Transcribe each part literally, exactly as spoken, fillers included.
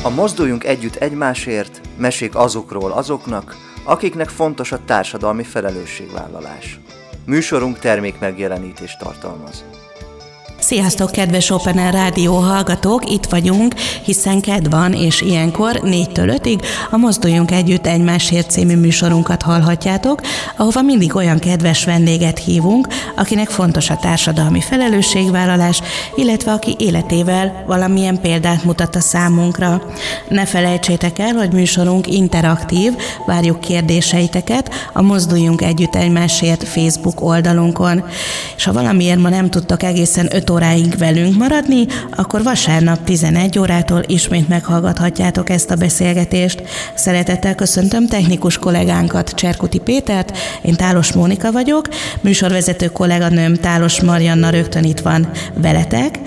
A Mozduljunk együtt egymásért, mesék azokról azoknak, akiknek fontos a társadalmi felelősségvállalás. Műsorunk termékmegjelenítést tartalmaz. Sziasztok, kedves Open Air Rádió hallgatók! Itt vagyunk, hiszen kedv van, és ilyenkor négytől ötig a Mozduljunk együtt egymásért című műsorunkat hallhatjátok, ahova mindig olyan kedves vendéget hívunk, akinek fontos a társadalmi felelősségvállalás, illetve aki életével valamilyen példát mutat a számunkra. Ne felejtsétek el, hogy műsorunk interaktív, várjuk kérdéseiteket a Mozduljunk együtt egymásért Facebook oldalunkon. És ha valamiért ma nem tudtok egészen öt óráig velünk maradni, akkor vasárnap tizenegy órától ismét meghallgathatjátok ezt a beszélgetést. Szeretettel köszöntöm technikus kollégánkat, Cserkuti Pétert, én Tálos Mónika vagyok, műsorvezető kolléganőm Tálos Marianna rögtön itt van veletek,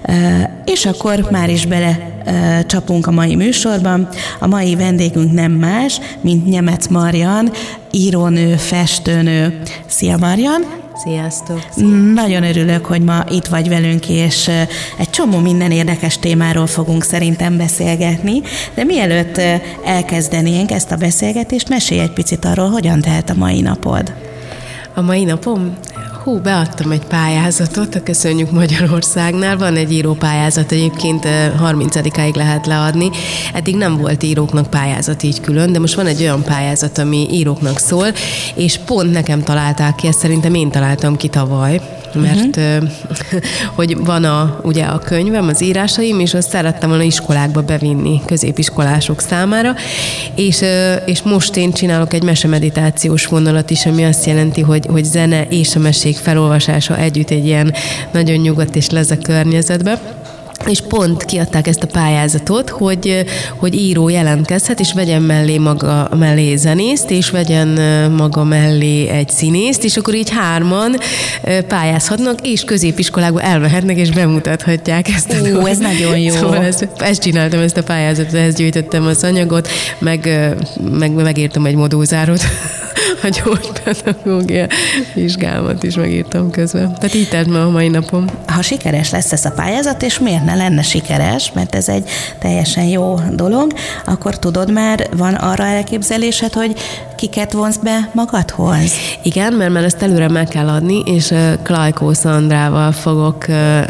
és akkor már is bele csapunk a mai műsorban. A mai vendégünk nem más, mint Nyemec Marian, írónő, festőnő. Szia, Marian! Sziasztok! Szia. Nagyon örülök, hogy ma itt vagy velünk, és egy csomó minden érdekes témáról fogunk szerintem beszélgetni, de mielőtt elkezdenénk ezt a beszélgetést, mesélj egy picit arról, hogyan telt a mai napod. A mai napom? Hú, beadtam egy pályázatot, a Köszönjük Magyarországnál. Van egy írópályázat, egyébként harmincadikáig lehet leadni. Eddig nem volt íróknak pályázat így külön, de most van egy olyan pályázat, ami íróknak szól, és pont nekem találták ki, ezt szerintem én találtam ki tavaly, mert uh-huh. hogy van a, ugye a könyvem, az írásaim, és azt szerettem volna iskolákba bevinni, középiskolások számára, és, és most én csinálok egy mesemeditációs vonalat is, ami azt jelenti, hogy, hogy zene és a mesék felolvasása együtt egy ilyen nagyon nyugodt és leze környezetbe. És pont kiadták ezt a pályázatot, hogy, hogy író jelentkezhet, és vegyen mellé maga mellé zenészt, és vegyen maga mellé egy színészt, és akkor így hárman pályázhatnak, és középiskolákba elmehetnek, és bemutathatják ezt. Ó, a ez nagyon jó. Szóval ezt, ezt csináltam, ezt a pályázatot, ehhez gyűjtöttem az anyagot, meg, meg megírtam egy modózárót, a gyógypedagógia vizsgámat is megírtam közben. Tehát így telt ma a mai napom. Ha sikeres lesz ez a pályázat, és miért ne lenne sikeres, mert ez egy teljesen jó dolog, akkor tudod már, van arra elképzelésed, hogy kiket vonsz be magadhoz? Igen, mert már ezt előre meg kell adni, és Klajkó Szandrával fogok,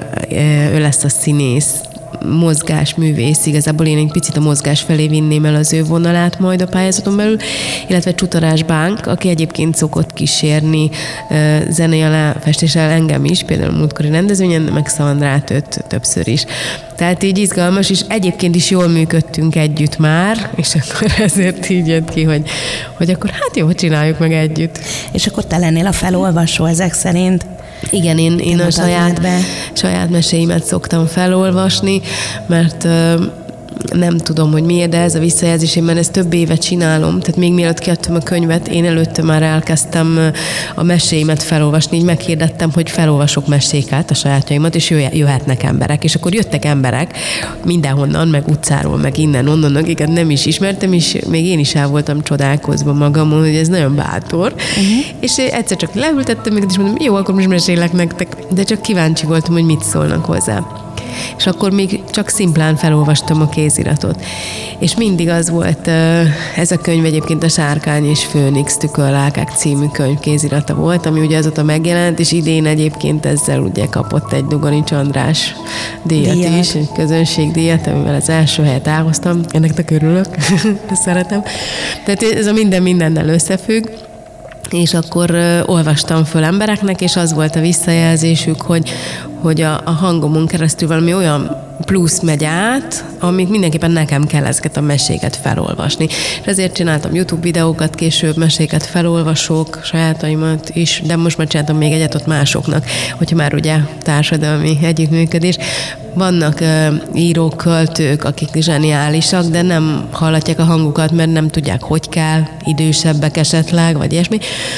ő lesz a színész, mozgásművész, igazából én egy picit a mozgás felé vinném el az ő vonalát majd a pályázaton belül, illetve Csutarás Bánk, aki egyébként szokott kísérni uh, zenei aláfestéssel engem is, például a múltkori rendezvényen, meg Szandrát őt többször is. Tehát így izgalmas, és egyébként is jól működtünk együtt már, és akkor ezért így jött ki, hogy, hogy akkor hát jó, csináljuk meg együtt. És akkor te lennél a felolvasó ezek szerint? Igen, én, én a saját, saját meséimet szoktam felolvasni, mert uh, nem tudom, hogy miért, de ez a visszajelzés, én már ezt több éve csinálom, tehát még mielőtt kiadtam a könyvet, én előtte már elkezdtem a meséimet felolvasni, így meghirdettem, hogy felolvasok meséket, a sajátjaimat, és jöhetnek emberek, és akkor jöttek emberek mindenhonnan, meg utcáról, meg innen, onnan, akiket nem is ismertem, és még én is el voltam csodálkozva magamon, hogy ez nagyon bátor, uh-huh. és egyszer csak leültettem őket, és mondom, jó, akkor most mesélek nektek, de csak kíváncsi voltam, hogy mit szólnak hozzá. És akkor még csak szimplán felolvastam a kéziratot. És mindig az volt, ez a könyv egyébként a Sárkány és Főnix Tükörlelkek című könyv kézirata volt, ami ugye azóta megjelent, és idén egyébként ezzel ugye kapott egy Dugonics András díjat, díjat. is, egy közönségdíjat, amivel az első helyet elhoztam. Ennek tök örülök, szeretem. Tehát ez a minden mindennel összefügg. És akkor uh, olvastam föl embereknek, és az volt a visszajelzésük, hogy, hogy a, a hangomon keresztül valami olyan plusz megy át, amit mindenképpen nekem kell ezeket a meséket felolvasni. És ezért csináltam YouTube videókat, később meséket felolvasok, sajátaimat is, de most már csináltam még egyet ott másoknak, hogyha már ugye társadalmi együttműködés. Vannak uh, írók, költők, akik zseniálisak, de nem hallatják a hangukat, mert nem tudják, hogy kell, idősebbek esetleg, vagy ilyesmi.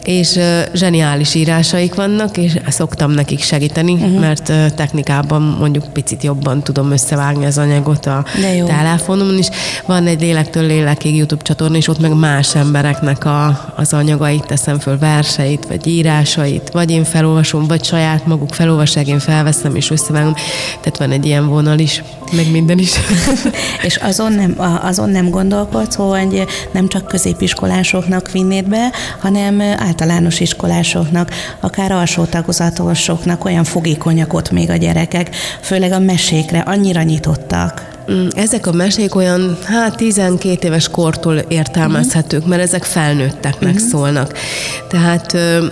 és uh, zseniális írásaik vannak, és szoktam nekik segíteni, uh-huh. mert uh, technikában mondjuk picit jobban tudom összevágni az anyagot a telefonomon is. Van egy Lélektől Lélekig YouTube csatorna, és ott meg más embereknek a, az anyagait teszem föl, verseit, vagy írásait, vagy én felolvasom, vagy saját maguk felolvassák, én felveszem és összevágom. Tehát van egy ilyen vonal is, meg minden is. És azon nem, azon nem gondolkodsz, hogy nem csak középiskolásoknak vinnéd be, hanem általános iskolásoknak, akár alsó tagozatosoknak, olyan fogékonyak ott még a gyerekek, főleg a mesékre annyira nyitottak. Ezek a mesék olyan, hát tizenkét éves kortól értelmezhetők, mert ezek felnőtteknek uh-huh. szólnak. Tehát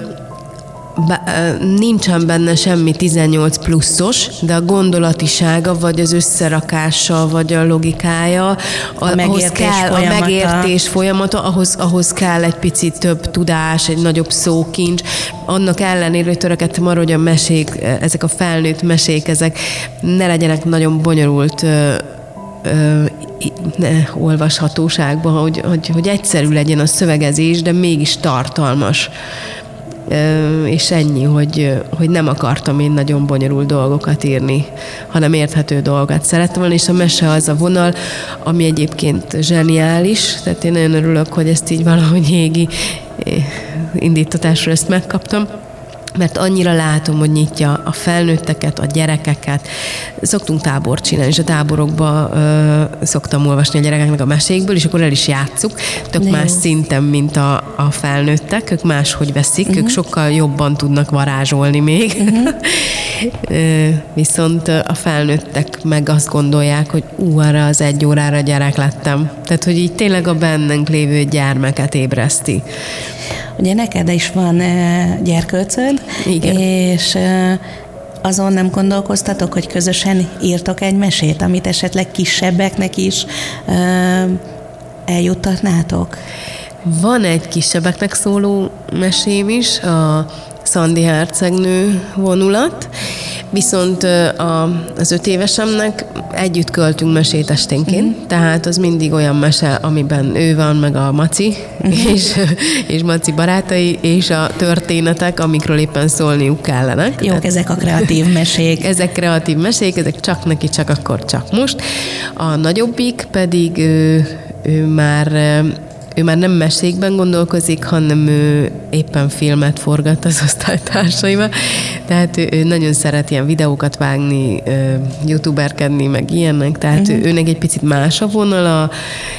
nincsen benne semmi tizennyolc pluszos, de a gondolatisága, vagy az összerakása, vagy a logikája, a ahhoz kell folyamata. a megértés folyamata, ahhoz, ahhoz kell egy picit több tudás, egy nagyobb szókincs. Annak ellenére, hogy törekedtem arra, hogy a mesék, ezek a felnőtt mesék, ezek ne legyenek nagyon bonyolult ö, ö, ne, olvashatóságban, hogy, hogy, hogy egyszerű legyen a szövegezés, de mégis tartalmas. És ennyi, hogy, hogy nem akartam én nagyon bonyolult dolgokat írni, hanem érthető dolgokat szerettem volna, és a mese az a vonal, ami egyébként zseniális, tehát én nagyon örülök, hogy ezt így valahogy égi indítatásra ezt megkaptam, mert annyira látom, hogy nyitja a felnőtteket, a gyerekeket. Szoktunk tábort csinálni, és a táborokba ö, szoktam olvasni a gyerekeknek a mesékből, és akkor el is játsszuk. Tök De más jó. szinten, mint a, a felnőttek. Ők máshogy veszik, uh-huh. ők sokkal jobban tudnak varázsolni még. Uh-huh. Viszont a felnőttek meg azt gondolják, hogy ú, arra az egy órára gyerek lettem. Tehát, hogy így tényleg a bennünk lévő gyermeket ébreszti. Ugye neked is van gyerkőcöd, Igen. és azon nem gondolkoztatok, hogy közösen írtok egy mesét, amit esetleg kisebbeknek is eljuttatnátok? Van egy kisebbeknek szóló mesém is, a Szandi hercegnő vonulat, viszont a, az öt évesemnek együtt költünk mesét esténként, mm. tehát az mindig olyan mese, amiben ő van, meg a Maci, mm. és, és Maci barátai, és a történetek, amikről éppen szólniuk kellenek. Jók, tehát, ezek a kreatív mesék. Ezek kreatív mesék, ezek csak neki, csak akkor, csak most. A nagyobbik pedig ő, ő már... Ő már nem mesékben gondolkozik, hanem ő éppen filmet forgat az osztálytársaival. Tehát ő, ő nagyon szeret ilyen videókat vágni, youtuberkedni, meg ilyenek. Tehát uh-huh. ő, őnek egy picit más a vonala,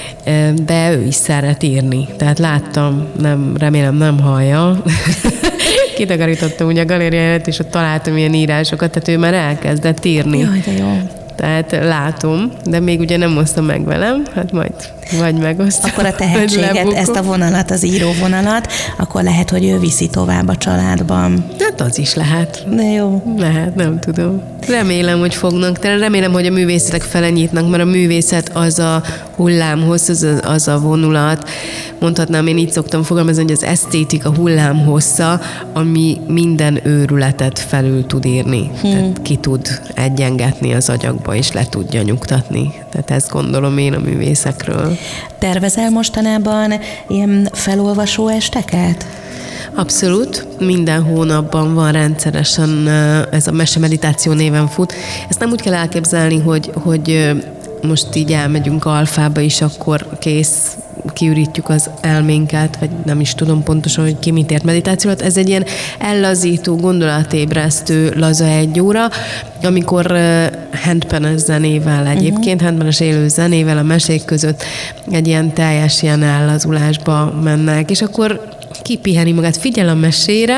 de ő is szeret írni. Tehát láttam, nem, remélem nem hallja. Kitakarítottam ugye a galériáját, és ott találtam ilyen írásokat, tehát ő már elkezdett írni. Jaj, de jó. Tehát látom, de még ugye nem osztom meg velem, hát majd vagy megosztom. Akkor a tehetséget, ezt a vonalat, az író vonalat, akkor lehet, hogy ő viszi tovább a családban. Hát az is lehet. De jó. Lehet, nem tudom. Remélem, hogy fognak, de remélem, hogy a művészetek fele nyitnak, mert a művészet az a hullámhossz, az a, az a vonulat. Mondhatnám, én így szoktam fogalmazni, hogy az esztétika hullámhossza, ami minden őrületet felül tud írni. Hmm. Tehát ki tud egyengetni az agyakba, és le tudja nyugtatni. Tehát ezt gondolom én a művészekről. Tervezel mostanában ilyen felolvasó esteket? Abszolút. Minden hónapban van rendszeresen, ez a Mese Meditáció néven fut. Ezt nem úgy kell elképzelni, hogy, hogy most így elmegyünk alfába, és akkor kész, kiürítjük az elménket, vagy nem is tudom pontosan, hogy ki mit ért meditációt. Ez egy ilyen ellazító, gondolatébresztő, laza egy óra, amikor uh, handpenes zenével egyébként, uh-huh. handpenes élő zenével a mesék között egy ilyen teljes ilyen ellazulásba mennek, és akkor kipiheni magát, figyel a mesére,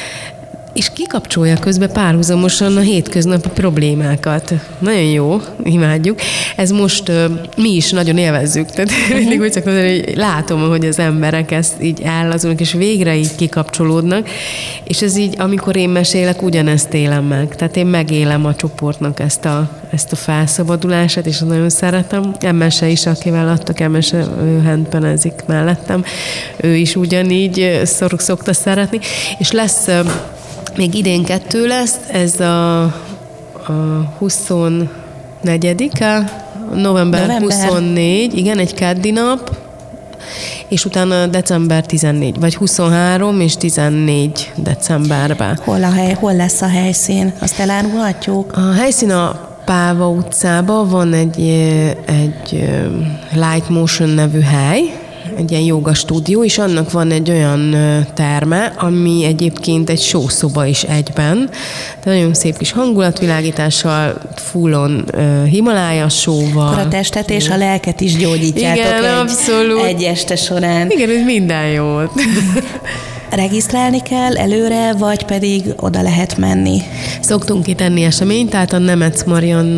és kikapcsolja közben párhuzamosan a hétköznapi problémákat. Nagyon jó, imádjuk. Ez most uh, mi is nagyon élvezzük. Tehát uh-huh. mindig úgy csak mondani, hogy látom, hogy az emberek ezt így ellazulnak, és végre így kikapcsolódnak. És ez így, amikor én mesélek, ugyanezt élem meg. Tehát én megélem a csoportnak ezt a, ezt a felszabadulását, és nagyon szeretem. Emmese is, akivel adtak, Emmese, ő handpenezik mellettem. Ő is ugyanígy szok, szokta szeretni. És lesz... Még idén kettő lesz, ez a, a huszonnegyedike, november, november huszonnégy, igen, egy keddi nap, és utána december tizennégy, vagy huszonhárom és tizennégy decemberben. Hol, a hely, hol lesz a helyszín? Azt elárulhatjuk? A helyszín a Páva utcában van egy, egy Light Motion nevű hely, egy ilyen joga stúdió, és annak van egy olyan terme, ami egyébként egy show-szoba is egyben. De nagyon szép kis hangulatvilágítással, full-on uh, Himalája show-val. Akkor a testet és a lelket is gyógyítjátok. Igen, egy, abszolút. Egy este során. Igen, ez minden jót. Regisztrálni kell előre, vagy pedig oda lehet menni? Szoktunk kitenni eseményt, tehát a Nemetz Marian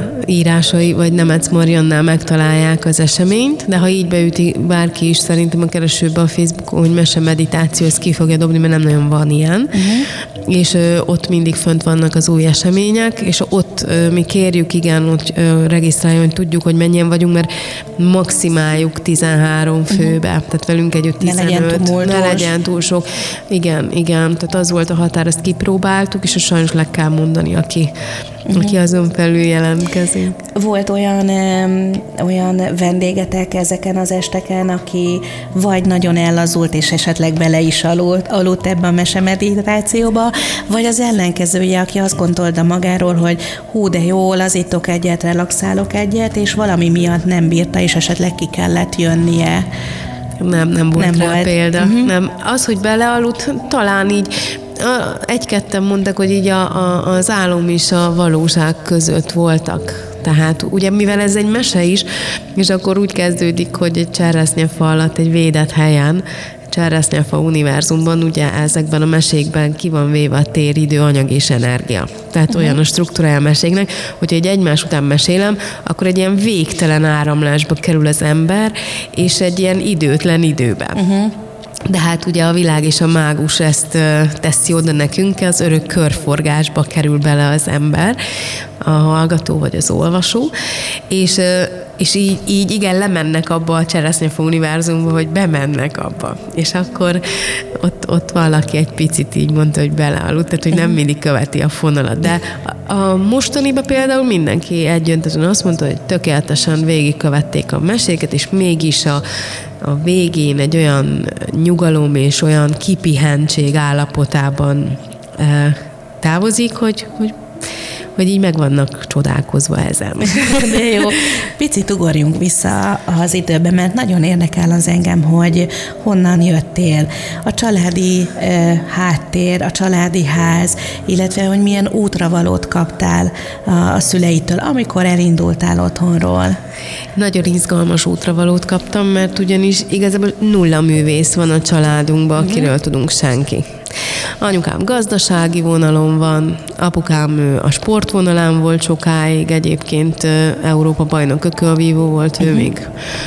írásai, vagy Nemetz Mariannál megtalálják az eseményt, de ha így beüti bárki is, szerintem a keresőbe a Facebookon, hogy mese meditáció, ezt ki fogja dobni, mert nem nagyon van ilyen. Uh-huh. És ö, ott mindig fönt vannak az új események, és ott ö, mi kérjük, igen, hogy ö, regisztráljon, hogy tudjuk, hogy mennyien vagyunk, mert maximáljuk tizenhárom főbe, uh-huh. tehát velünk együtt tizenöt. Ne legyen tumultus. Ne legyen túl sok. Igen, igen, tehát az volt a határ, ezt kipróbáltuk, és sajnos le kell mondani, aki, uh-huh. aki azon felül jelentkezik. Volt olyan, ö, olyan vendégetek ezeken az esteken, aki vagy nagyon ellazult, és esetleg bele is aludt, aludt ebbe a mesemeditációba, vagy az ellenkezője, aki azt gondolta magáról, hogy hú, de jó, lazítok egyet, relaxálok egyet, és valami miatt nem bírta, és esetleg ki kellett jönnie. Nem, nem volt nem rá volt. példa. Uh-huh. Nem. Az, hogy belealudt, talán így egy-ketten mondtak, hogy így a, a, az álom és a valóság között voltak. Tehát ugye, mivel ez egy mese is, és akkor úgy kezdődik, hogy egy cseresznyefa alatt egy védett helyen, Cseresznyefa univerzumban, ugye ezekben a mesékben ki van véve a tér, idő, anyag és energia. Tehát uh-huh. olyan a struktúrája a meséknek, hogyha egy egymás után mesélem, akkor egy ilyen végtelen áramlásba kerül az ember, és egy ilyen időtlen időben. Uh-huh. De hát ugye a világ és a mágus ezt teszi oda nekünk, az örök körforgásba kerül bele az ember, a hallgató vagy az olvasó, és, és így, így igen, lemennek abba a Cseresznyefa univerzumba, hogy bemennek abba. És akkor ott, ott valaki egy picit így mondta, hogy belealudt, tehát hogy nem mindig követi a fonalat. De a, a mostaniban például mindenki egyöntetően azt mondta, hogy tökéletesen végigkövették a meséket, és mégis a a végén egy olyan nyugalom és olyan kipihentség állapotában e, távozik, hogy, hogy, hogy így meg vannak csodálkozva ezen. De jó. Picit ugorjunk vissza az időbe, mert nagyon érdekel az engem, hogy honnan jöttél, a családi e, háttér, a családi ház, illetve hogy milyen útravalót kaptál a, a szüleitől, amikor elindultál otthonról. Nagyon izgalmas útravalót kaptam, mert ugyanis igazából nulla művész van a családunkban, akiről uh-huh. tudunk senki. Anyukám gazdasági vonalon van, apukám a sportvonalán volt sokáig, egyébként Európa bajnok ökölvívó volt, uh-huh. ő még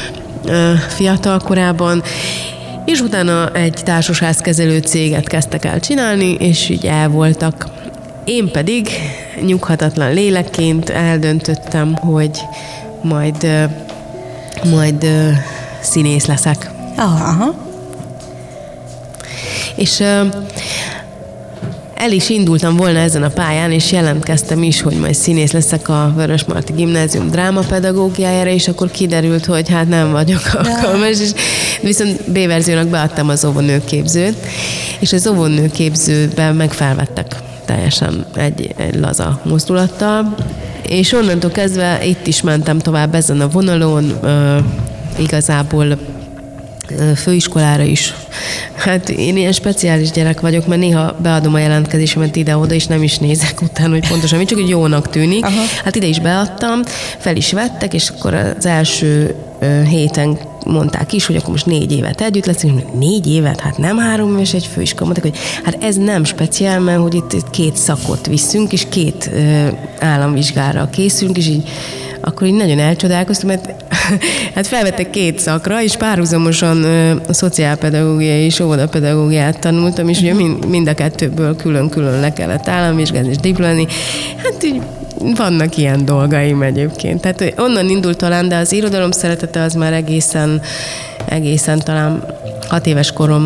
fiatal korában, és utána egy társasházkezelő céget kezdtek el csinálni, és így el voltak. Én pedig nyughatatlan lélekként eldöntöttem, hogy majd, majd színész leszek. Aha. És el is indultam volna ezen a pályán, és jelentkeztem is, hogy majd színész leszek a Vörösmarty Gimnázium drámapedagógiájára, és akkor kiderült, hogy hát nem vagyok alkalmas, és viszont B-verziónak beadtam az óvónőképzőt, és az óvónőképzőben megfelvettek teljesen egy, egy laza mozdulattal, és onnantól kezdve itt is mentem tovább ezen a vonalon, uh, igazából uh, főiskolára is. Hát én ilyen speciális gyerek vagyok, mert néha beadom a jelentkezésemet ide-oda, és nem is nézek utána, hogy pontosan mi, csak hogy jónak tűnik. Aha. Hát ide is beadtam, fel is vettek, és akkor az első uh, héten mondták is, hogy akkor most négy évet együtt leszünk. Négy évet? Hát nem három éves egy főiskola. Mondták, hogy hát ez nem speciál, mert hogy itt, itt két szakot viszünk, és két ö, államvizsgára készülünk, és így akkor így nagyon elcsodálkoztam, mert hát felvettek két szakra, és párhuzamosan ö, a szociálpedagógiai és óvodapedagógiát tanultam, és ugye mind, mind a kettőből külön-külön le kellett államvizsgázni és diplomálni. Hát így vannak ilyen dolgaim egyébként. Tehát onnan indult talán, de az irodalom szeretete az már egészen, egészen talán hat éves korom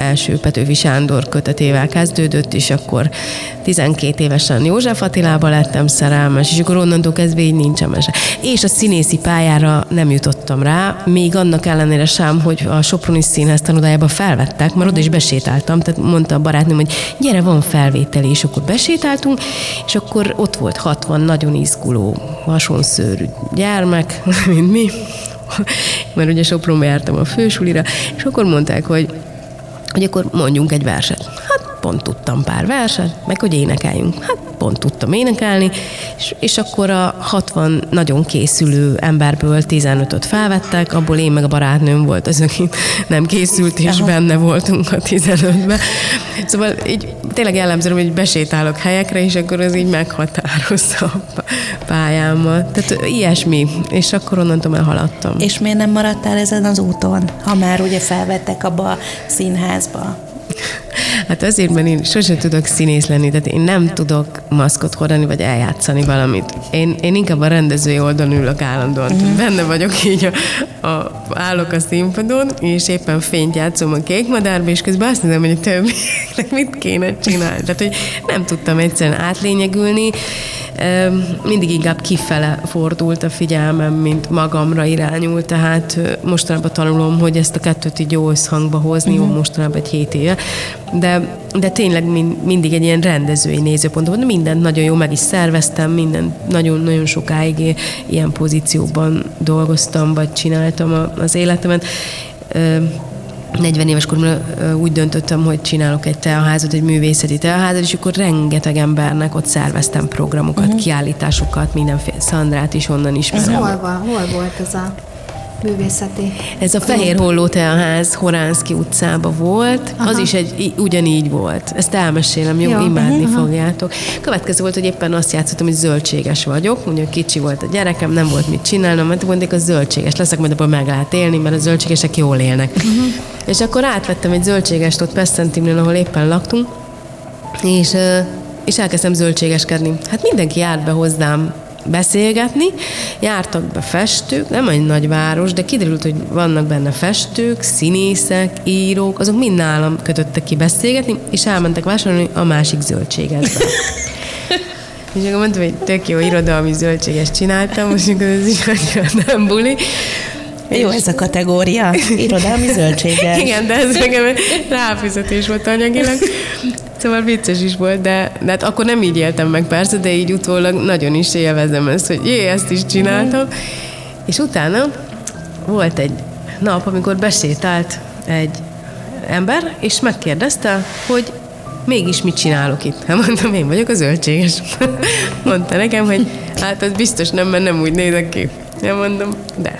első Petőfi Sándor kötetével kezdődött, és akkor tizenkét évesen József Attilába lettem szerelmes, és akkor onnantól kezdve így nincsen mese. És a színészi pályára nem jutottam rá, még annak ellenére sem, hogy a Soproni Színház tanodájába felvettek, mert oda is besétáltam, tehát mondta a barátnőm, hogy gyere, van felvételi, és akkor besétáltunk, és akkor ott volt hatvan nagyon izguló, hasonszőrű gyermek, mint mi, mert ugye Sopronba jártam a fősulira, és akkor mondták, hogy, hogy akkor mondjunk egy verset. Hát pont tudtam pár verset, meg hogy énekeljünk. Hát pont tudtam énekelni, és, és akkor a hatvan nagyon készülő emberből tizenötöt felvettek, abból én meg a barátnőm volt az, aki nem készült, és Aha. benne voltunk a tizenötben. Szóval így tényleg jellemzően, hogy besétálok helyekre, és akkor az így meghatározza a pályámat. Tehát ilyesmi, és akkor onnantól elhaladtam. És miért nem maradtál ezen az úton, ha már ugye felvettek abba a színházba? Hát azért, mert én sosem tudok színész lenni, tehát én nem tudok maszkot hordani, vagy eljátszani valamit. Én, én inkább a rendezői oldalon ülök állandóan. Mm. Benne vagyok így, a, a, állok a színpadon, és éppen fényt játszom a kékmadárba, és közben azt nézem, hogy a többieknek mit kéne csinálni. Tehát, hogy nem tudtam egyszerűen átlényegülni. Mindig inkább kifele fordult a figyelmem, mint magamra irányult, tehát mostanában tanulom, hogy ezt a kettőt így jó összhangba hozni, uh-huh. mostanában egy hét éve, de, de tényleg mind, mindig egy ilyen rendezői nézőpont volt, mindent nagyon jó meg is szerveztem, mindent nagyon-nagyon sokáig ilyen pozícióban dolgoztam, vagy csináltam az életemet. negyven éves koromban úgy döntöttem, hogy csinálok egy teaházat, egy művészeti teaházat, és akkor rengeteg embernek ott szerveztem programokat, uh-huh. kiállításokat, mindenféle. Szandrát is onnan ismerem. Ez hol, van? Hol volt ez a művészeti? Ez a Fehérholló Teaház Horánszky utcában volt. Aha. Az is egy, ugyanígy volt. Ezt elmesélem, jó, jó. imádni uh-huh. fogjátok. Következő volt, hogy éppen azt játszottam, hogy zöldséges vagyok. Ugye kicsi volt a gyerekem, nem volt mit csinálnom, mert mondták, a zöldséges leszek, majd abban meg lehet élni, mert a zöldségesek jól élnek. Uh-huh. És akkor átvettem egy zöldségest ott Pesztentimnél, ahol éppen laktunk, és, és elkezdtem zöldségeskedni. Hát mindenki járt be hozzám beszélgetni, jártak be festők, nem egy nagy város, de kiderült, hogy vannak benne festők, színészek, írók, azok mind nálam kötöttek ki beszélgetni, és elmentek vásárolni a másik zöldségesbe. És akkor mondtam, hogy tök jó irodalmi zöldségest csináltam, most akkor ez is nem buli. Jó ez a kategória, irodalmi zöldséges. Igen, de ez nekem ráfizetés volt anyagilag. Szóval vicces is volt, de, de hát akkor nem így éltem meg persze, de így utólag nagyon is élvezem ezt, hogy jé, ezt is csináltam. Mm. És utána volt egy nap, amikor besétált egy ember, és megkérdezte, hogy mégis mit csinálok itt? Hát mondtam, én vagyok a zöldséges. Mondta nekem, hogy hát az biztos nem, mert nem úgy nézek ki. Én mondom, de...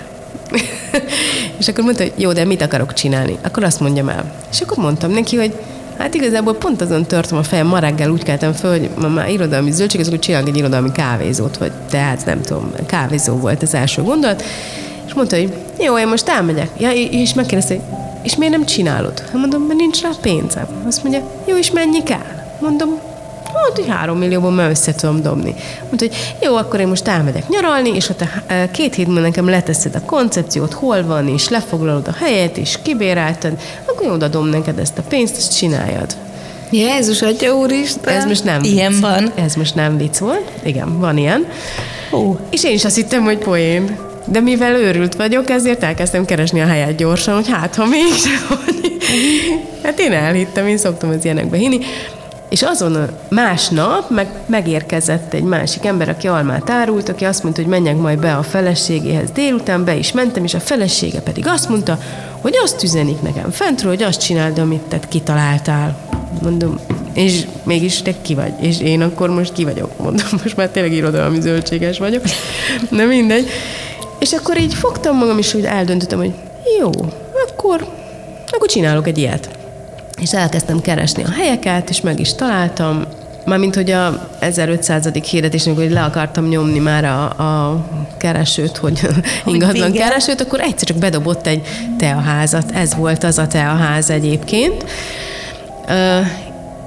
És akkor mondta, hogy jó, de mit akarok csinálni? Akkor azt mondjam el. És akkor mondtam neki, hogy hát igazából pont azon törtem a fejem, ma reggel úgy keltem föl, hogy ma már irodalmi zöldség, azok csinálok egy irodalmi kávézót, vagy tehát nem tudom, kávézó volt az első gondolat. És mondta, hogy jó, én most elmegyek. Ja, és megkérdezte, hogy és miért nem csinálod? Hát mondom, mert nincs rá pénzem. Azt mondja, jó, és mennyi kell? Mondom, hát, hogy három millióban már össze tudom dobni. Mondta, hogy jó, akkor én most elmegyek nyaralni, és ha te két hétben nekem leteszed a koncepciót, hol van, és lefoglalod a helyet, és kibérelted, akkor én odadom neked ezt a pénzt, ezt csináljad. Jézus Atya Úristen! Ez most nem ilyen vicc. van. Ez most nem vicc volt. Igen, van ilyen. Hú. És én is azt hittem, hogy poén. De mivel őrült vagyok, ezért elkezdtem keresni a helyet gyorsan, hogy hát, ha mégsem. Hát én elhittem, én szoktam az ilyenekbe hinni. És azon a másnap meg, megérkezett egy másik ember, aki almát árult, aki azt mondta, hogy menjek majd be a feleségéhez délután, be is mentem, és a felesége pedig azt mondta, hogy azt üzenik nekem fentről, hogy azt csináld, amit te kitaláltál. Mondom, és mégis te ki vagy? És én akkor most ki vagyok? Mondom, most már tényleg irodalmi zöldséges vagyok. De mindegy. És akkor így fogtam magam, és úgy eldöntöttem, hogy jó, akkor, akkor csinálok egy ilyet. És elkezdtem keresni a helyeket, és meg is találtam, mármint, hogy a ezerötszázadik hirdetésnek, hogy le akartam nyomni már a, a keresőt, hogy, hogy ingatlan vége. keresőt, akkor egyszer csak bedobott egy teaházat. Ez volt az a teaház egyébként.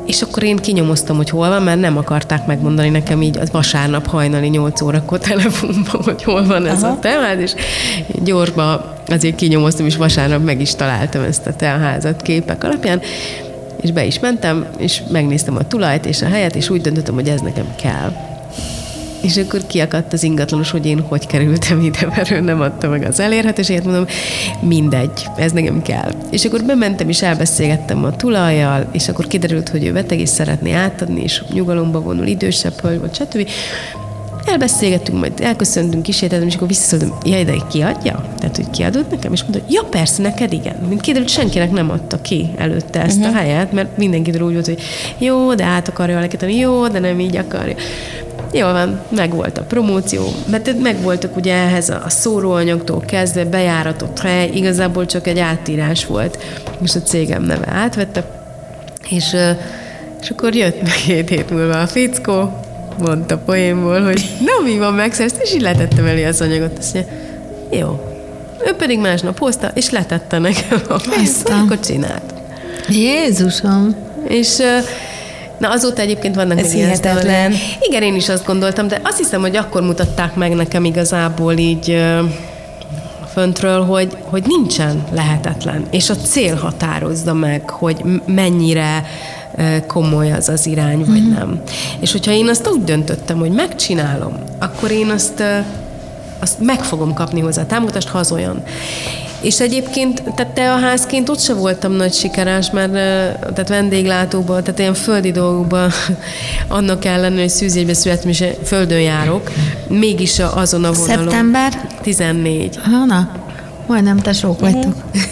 és akkor én kinyomoztam, hogy hol van, mert nem akarták megmondani nekem így az vasárnap hajnali nyolc órakor telefonban, hogy hol van ez Aha. a teaház, és gyorsban azért kinyomoztam, és vasárnap meg is találtam ezt a teaházat képek alapján, és be is mentem, és megnéztem a tulajt és a helyet, és úgy döntöttem, hogy ez nekem kell. És akkor kiakadt az ingatlanos, hogy én hogy kerültem ide, mert ő nem adta meg az elérhetőséget, mondom, mindegy, ez nekem kell. És akkor bementem, és elbeszélgettem a tulajjal, és akkor kiderült, hogy ő beteg, és szeretné átadni, és nyugalomba vonul, idősebb hölgy volt, stb. Elbeszélgettünk, majd elköszöntünk, kísértetem, és akkor visszaszóltam, jaj, de kiadja? Tehát, hogy kiadod nekem? És mondta, ja, persze, neked igen. Mint kiderült, senkinek nem adta ki előtte ezt uh-huh. a helyet, mert mindenkitől úgy volt, hogy jó, de át akarja alakítani, jó, de nem így akarja. Jól van, meg volt a promóció, mert meg voltak ugye ehhez a szóróanyagtól kezdve bejáratott hely, igazából csak egy átírás volt, és a cégem neve átvette, és, és akkor jött meg két hét múlva a fickó, mondta poénból, hogy na, mi van, megszerzte, és így letettem elé az anyagot, azt mondja, jó. Ő pedig másnap hozta, és letette nekem a pénzt, akkor csinált. Jézusom! És na, azóta egyébként vannak ez hihetetlen. Igen, én is azt gondoltam, de azt hiszem, hogy akkor mutatták meg nekem igazából így uh, föntről, hogy, hogy nincsen lehetetlen, és a cél határozza meg, hogy mennyire uh, komoly az az irány, vagy mm-hmm. nem. És hogyha én azt úgy döntöttem, hogy megcsinálom, akkor én azt, uh, azt meg fogom kapni hozzá a támogatást, ha az olyan. És egyébként, tehát teaházként ott se voltam nagy sikeres, mert tehát vendéglátóban, tehát ilyen földi dolgokban, annak ellenőre, hogy Szűzjegyben születtem, és földön járok, mégis azon a vonalon. Szeptember? tizennégy. Ha, na, majdnem tesók vagytok.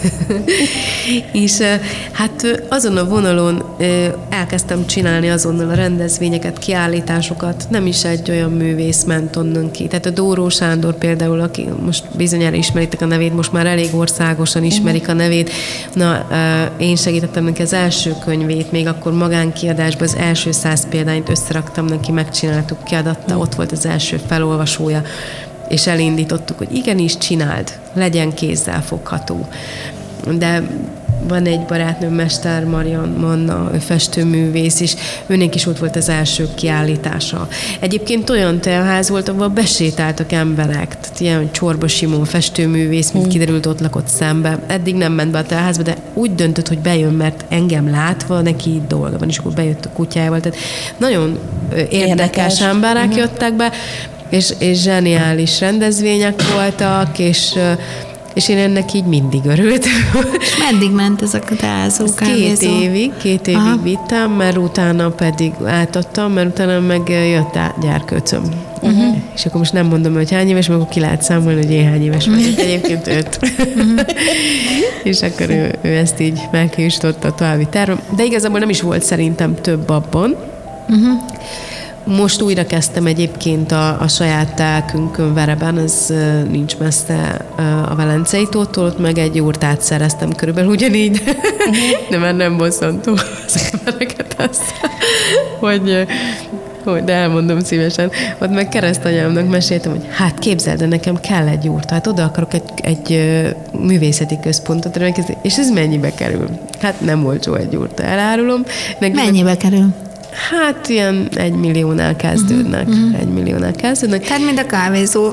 És hát azon a vonalon elkezdtem csinálni azonnal a rendezvényeket, kiállításokat, nem is egy olyan művész ment onnan ki. Tehát a Dóró Sándor például, aki most bizonyára ismeritek a nevét, most már elég országosan ismerik a nevét. Na, én segítettem neki az első könyvét, még akkor magánkiadásban az első száz példányt összeraktam neki, megcsináltuk, kiadatta, ott volt az első felolvasója, és elindítottuk, hogy igenis, csináld, legyen kézzel fogható. De van egy barátnőm, Mester Marian Manna, ő festőművész, és őnek is ott volt az első kiállítása. Egyébként olyan teaház volt, ahol besétáltak emberek, tehát ilyen Csorba Simon festőművész, mint kiderült, ott lakott szembe. Eddig nem ment be a teaházba, de úgy döntött, hogy bejön, mert engem látva, neki dolga van, és akkor bejött a kutyájával. Tehát nagyon érdekes, érdekes. emberek uh-huh. jöttek be, és, és zseniális rendezvények voltak, és és én ennek így mindig örültem. És meddig ment ez a teázó kávézó? Két évig, két évig Aha. vittem, mert utána pedig átadtam, mert utána meg jött a gyerkőcöm. Uh-huh. És akkor most nem mondom, hogy hány éves, mert akkor ki lehet számolni, hogy én hány éves vagyok. Egyébként öt. Uh-huh. És akkor ő, ő ezt így megkéstotta a további tervem. De igazából nem is volt szerintem több abban. Uh-huh. Most újra kezdtem egyébként a, a saját telkünkön Vereben, ez uh, nincs messze uh, a Velencei tótól, ott meg egy jurtát szereztem körülbelül ugyanígy, uh-huh. de már nem bosszantó az embereket azt, hogy, hogy de elmondom szívesen. Ott meg keresztanyámnak meséltem, hogy hát képzeld, de nekem kell egy jurta, hát oda akarok egy, egy uh, művészeti központot rendelkezni, és ez mennyibe kerül? Hát nem olcsó egy jurta, elárulom. Mennyibe kerül? Hát ilyen egy milliónál kezdődnek. Uh-huh. Egy milliónál kezdődnek. Tehát mind a kávézó.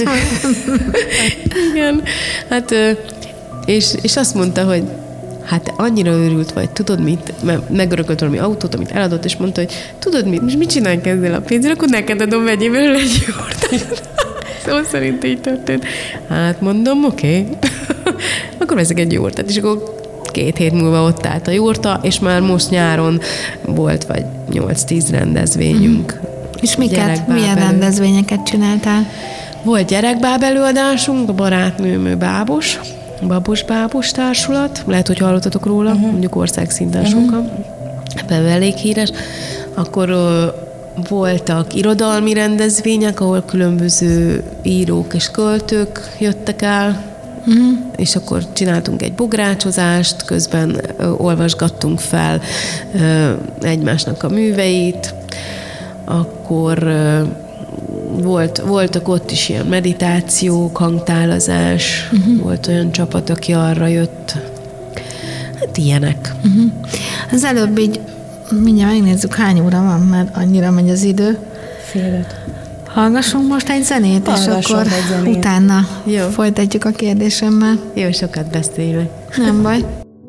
Igen. Hát, és, és azt mondta, hogy hát annyira őrült vagy, tudod mit? Mert megörökölt valami autót, amit eladott, és mondta, hogy tudod mit? Most mit csinálj ezzel a pénzzel? Akkor neked adom, vegyél belőle egy jót. Szó szerint így történt. Hát mondom, oké. Okay. Akkor veszek egy jurtát, és akkor két hét múlva ott állt a jurta, és már most nyáron volt vagy nyolc-tíz rendezvényünk. Mm. És miket, milyen rendezvényeket csináltál? Volt gyerekbáb előadásunk, a barátnőm ő bábos, Babos Bábos Társulat, lehet, hogy hallottatok róla, uh-huh. mondjuk országszinten uh-huh. sokan, ebben elég híres. Akkor uh, voltak irodalmi rendezvények, ahol különböző írók és költők jöttek el, Uh-huh. és akkor csináltunk egy bográcsozást, közben uh, olvasgattunk fel uh, egymásnak a műveit, akkor uh, volt, voltak ott is ilyen meditációk, hangtálazás, uh-huh. volt olyan csapat, aki arra jött. Hát ilyenek. Uh-huh. Az előbb így Mindjárt megnézzük, hány óra van, mert annyira megy az idő. Fél öt. Hallgassunk most egy zenét, Hallgassunk és akkor egy zenét. utána Jó. folytatjuk a kérdésemmel. Jó, sokat beszélek. Nem baj.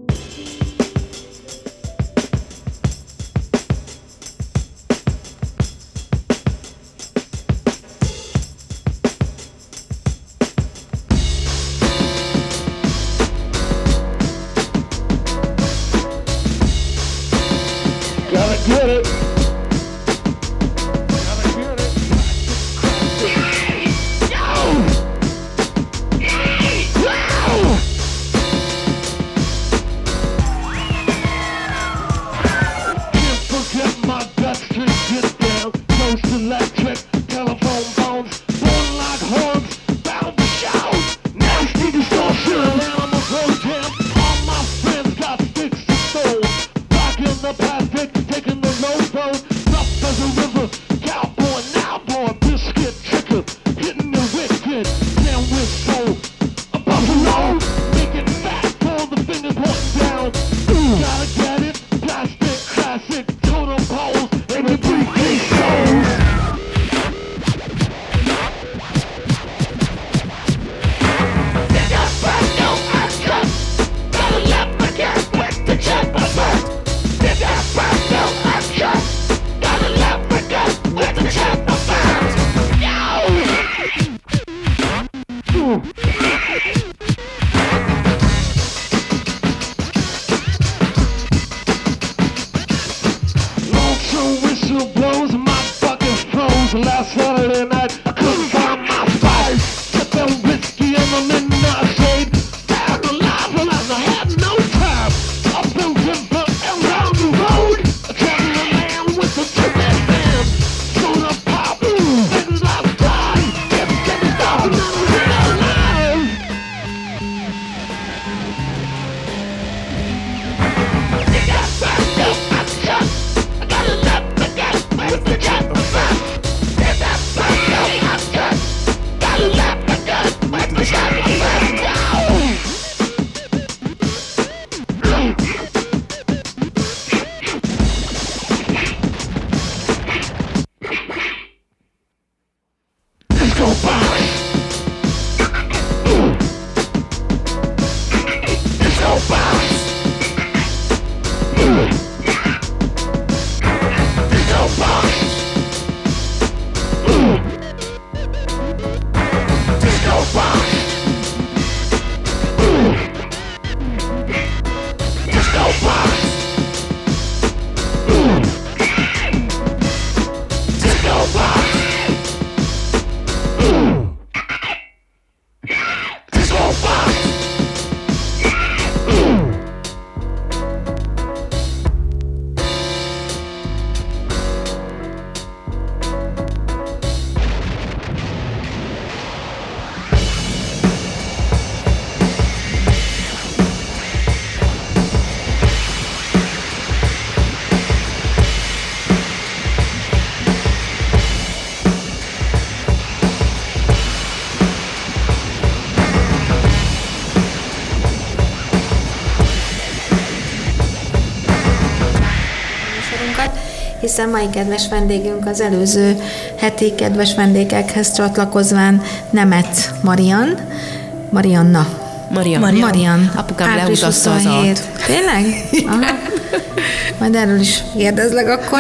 Hiszen mai kedves vendégünk az előző heti kedves vendégekhez csatlakozván Nemetz Marian. Marianna. Marian. Marian. Marian. Apukám leutazta az alt. Tényleg? Aha. Majd erről is kérdezlek akkor.